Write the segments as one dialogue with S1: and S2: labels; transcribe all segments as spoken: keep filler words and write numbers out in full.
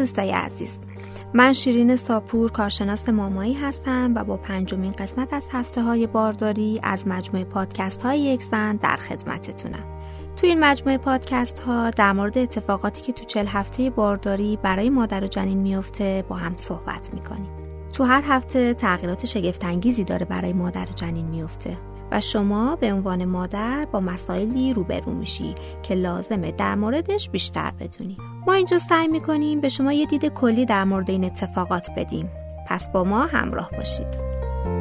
S1: دوستای عزیز، من شیرین ساپور کارشناس مامایی هستم و با پنجمین قسمت از هفته های بارداری از مجموعه پادکست های یک زن در خدمتتونم. تو این مجموعه پادکست ها در مورد اتفاقاتی که تو چهل هفته بارداری برای مادر و جنین میفته با هم صحبت میکنیم. تو هر هفته تغییرات شگفت انگیزی داره برای مادر و جنین میفته و شما به عنوان مادر با مسائلی روبرو میشی که لازمه در موردش بیشتر بدونی. ما اینجا سعی میکنیم به شما یه دید کلی در مورد این اتفاقات بدیم. پس با ما همراه باشید.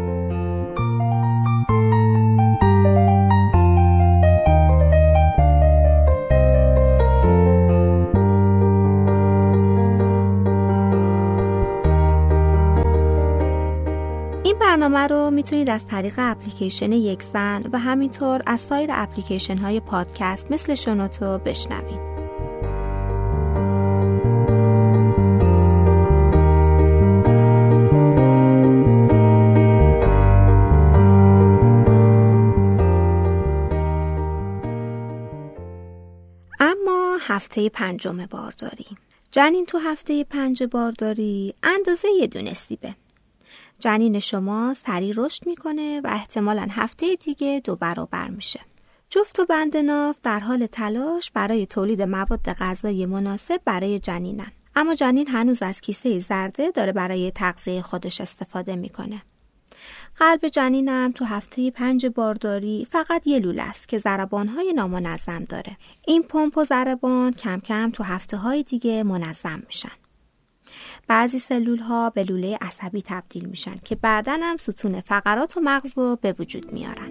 S1: برنامه رو میتونید از طریق اپلیکیشن یک زن و همینطور از سایر اپلیکیشن های پادکست مثل شنوتو بشنوید. اما هفته پنجم بارداری. جنین تو هفته پنج بارداری اندازه یه دونه سیبه. جنین شما سریع رشد میکنه و احتمالاً هفته دیگه دو برابر میشه. جفت و بند ناف در حال تلاش برای تولید مواد غذایی مناسب برای جنینن. اما جنین هنوز از کیسه زرده داره برای تغذیه خودش استفاده میکنه. قلب جنینم تو هفته پنج بارداری فقط یه لوله است که ضربان‌های نامنظم داره. این پمپ و ضربان کم کم تو هفته‌های دیگه منظم میشن. بعضی سلول ها به لوله عصبی تبدیل میشن که بعداً هم ستون فقرات و مغز رو به وجود میارن.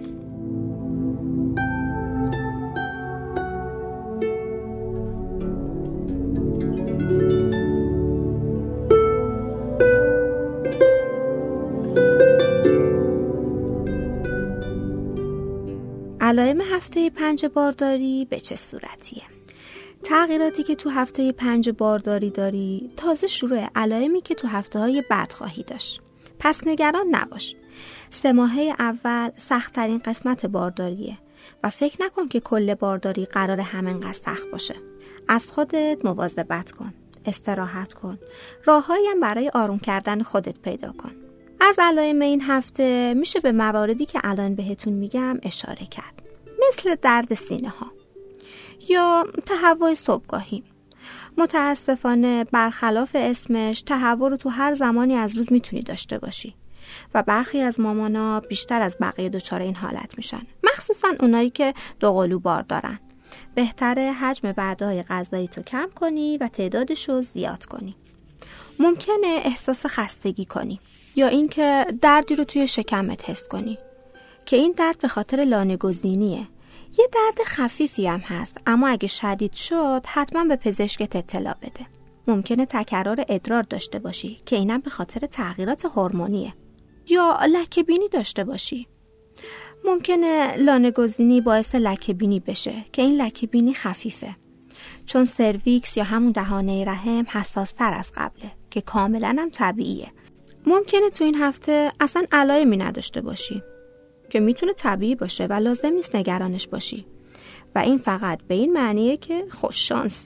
S1: علائم هفته پنج بارداری به چه صورتیه؟ تغییراتی که تو هفته پنج بارداری داری تازه شروع علائمی که تو هفته های بعد خواهی داشت. پس نگران نباش. سه ماهه اول سخت ترین قسمت بارداریه و فکر نکن که کل بارداری قرار همینقدر سخت باشه. از خودت مواظبت کن. استراحت کن. راههایی هم برای آروم کردن خودت پیدا کن. از علائم این هفته میشه به مواردی که الان بهتون میگم اشاره کرد. مثل درد سینه ها یا تهوع صبحگاهی. متاسفانه برخلاف اسمش تهوع رو تو هر زمانی از روز میتونی داشته باشی و برخی از مامانا بیشتر از بقیه دچار این حالت میشن، مخصوصا اونایی که دوقلو بار دارن. بهتره حجم وعده‌های غذایی تو کم کنی و تعدادش رو زیاد کنی. ممکنه احساس خستگی کنی یا اینکه دردی رو توی شکمت حس کنی که این درد به خاطر لانه‌گزینیه. یه درد خفیفی هم هست، اما اگه شدید شد حتما به پزشکت اطلاع بده. ممکنه تکرار ادرار داشته باشی که اینم به خاطر تغییرات هورمونیه. یا لکه بینی داشته باشی. ممکنه لانه‌گزینی باعث لکه بینی بشه که این لکه بینی خفیفه، چون سرویکس یا همون دهانه رحم حساس تر از قبله که کاملا هم طبیعیه. ممکنه تو این هفته اصلا علائمی نداشته باشی که میتونه طبیعی باشه و لازم نیست نگرانش باشی و این فقط به این معنیه که خوش شانسی.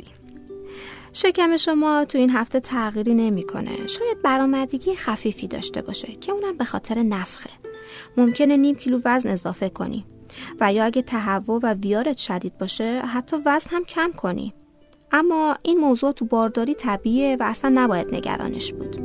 S1: شکم شما تو این هفته تغییری نمیکنه. شاید برآمدگی خفیفی داشته باشه که اونم به خاطر نفخه. ممکنه نیم کیلو وزن اضافه کنی و یا اگه تهوع و ویارت شدید باشه حتی وزن هم کم کنی. اما این موضوع تو بارداری طبیعیه و اصلا نباید نگرانش بود.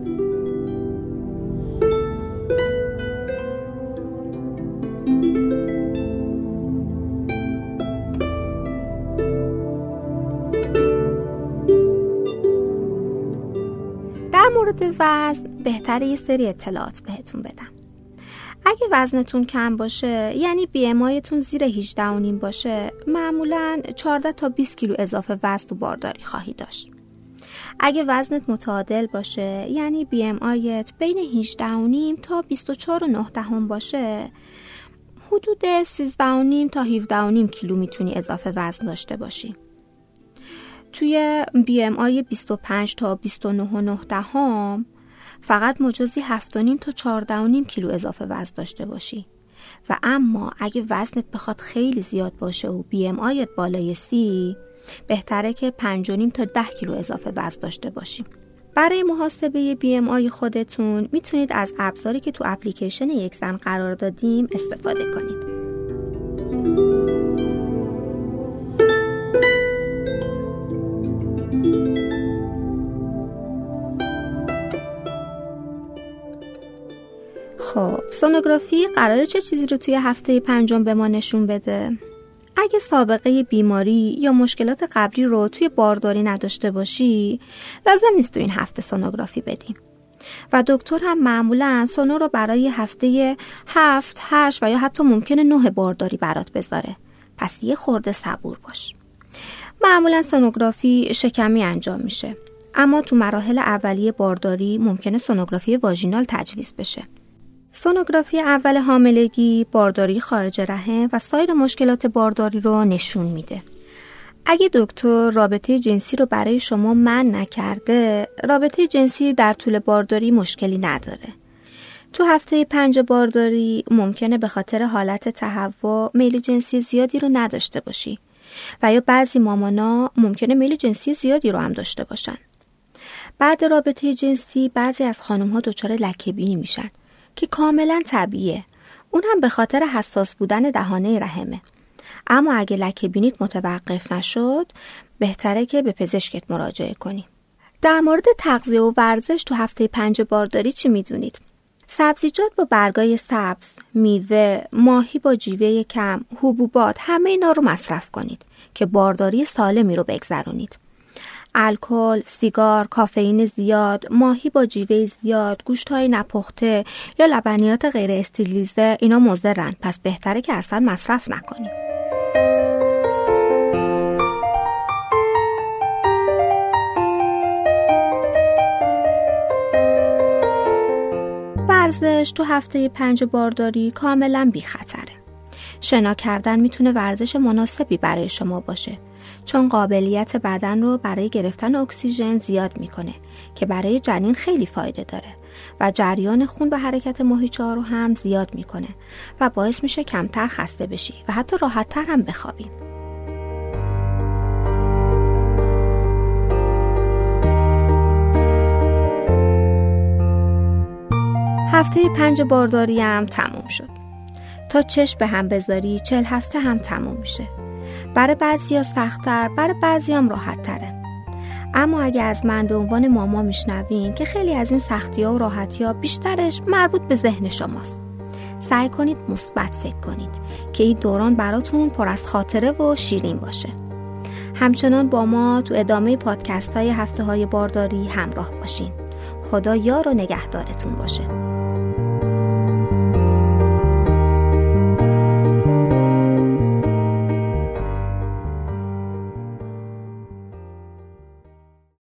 S1: در مورد وزن بهتره یه سری اطلاعات بهتون بدم. اگه وزنتون کم باشه، یعنی بی ام آیتون زیر هجده و نیم باشه، معمولاً چهارده تا بیست کیلو اضافه وزن تو بارداری خواهی داشت. اگه وزنت متعادل باشه، یعنی بی ام آیت بین هجده و نیم تا بیست و چهار و نه دهم باشه، حدود سیزده و نیم تا هفده و نیم کیلو میتونی اضافه وزن داشته باشی. توی بی ام آی بیست و پنج تا بیست و نه و نه دهم فقط مجازی هفت و نیم تا چهارده و نیم کیلو اضافه وزن داشته باشی. و اما اگه وزنت بخواد خیلی زیاد باشه و بی ام آیت بالای سی، بهتره که پنج و نیم تا ده کیلو اضافه وزن داشته باشی. برای محاسبه بی ام آی خودتون میتونید از ابزاری که تو اپلیکیشن یک زن قرار دادیم استفاده کنید. خب سونوگرافی قراره چه چیزی رو توی هفته پنجم به ما نشون بده؟ اگه سابقه بیماری یا مشکلات قبلی رو توی بارداری نداشته باشی، لازم نیست تو این هفته سونوگرافی بدیم. و دکتر هم معمولاً سونو رو برای هفته هفت، هشت و یا حتی ممکنه نه بارداری برات بذاره. پس یه خورده صبور باش. معمولاً سونوگرافی شکمی انجام میشه. اما تو مراحل اولیه بارداری ممکنه سونوگرافی واژینال تجویز بشه. سونوگرافی اول حاملگی، بارداری خارج رحم و سایر مشکلات بارداری رو نشون میده. اگه دکتر رابطه جنسی رو برای شما منع نکرده، رابطه جنسی در طول بارداری مشکلی نداره. تو هفته پنج بارداری ممکنه به خاطر حالت تهوع میل جنسی زیادی رو نداشته باشی و یا بعضی مامانا ممکنه میل جنسی زیادی رو هم داشته باشن. بعد رابطه جنسی بعضی از خانم‌ها دچار لکه‌بینی میشن که کاملا طبیعیه. اون هم به خاطر حساس بودن دهانه رحمه. اما اگه لکه بینیت متوقف نشد، بهتره که به پزشکت مراجعه کنی. در مورد تغذیه و ورزش تو هفته پنج بارداری چی میدونید؟ سبزیجات با برگای سبز، میوه، ماهی با جیوه کم، حبوبات، همه اینا رو مصرف کنید که بارداری سالمی رو بگذرونید. الکل، سیگار، کافئین زیاد، ماهی با جیوه زیاد، گوشت‌های نپخته یا لبنیات غیر استریلیزه اینا مضرن، پس بهتره که اصلا مصرف نکنیم. ورزش تو هفته پنج بارداری کاملا بی خطره. شنا کردن میتونه ورزش مناسبی برای شما باشه، چون قابلیت بدن رو برای گرفتن اکسیژن زیاد میکنه که برای جنین خیلی فایده داره و جریان خون به حرکت ماهیچه‌ها رو هم زیاد میکنه و باعث میشه کمتر خسته بشی و حتی راحت‌تر هم بخوابی. هفته پنج بارداری هم تموم شد. تا چشم به هم بذاری چهل هفته هم تموم میشه. برای بعضیا سخت‌تر، برای بعضی هم راحت‌تره. اما اگه از من به عنوان ماما میشنوین که خیلی از این سختی‌ها و راحتی‌ها بیشترش مربوط به ذهن شماست. سعی کنید مثبت فکر کنید که این دوران براتون پر از خاطره و شیرین باشه. همچنان با ما تو ادامه پادکست‌های هفته‌های بارداری همراه باشین. خدا یار و نگهدارتون باشه.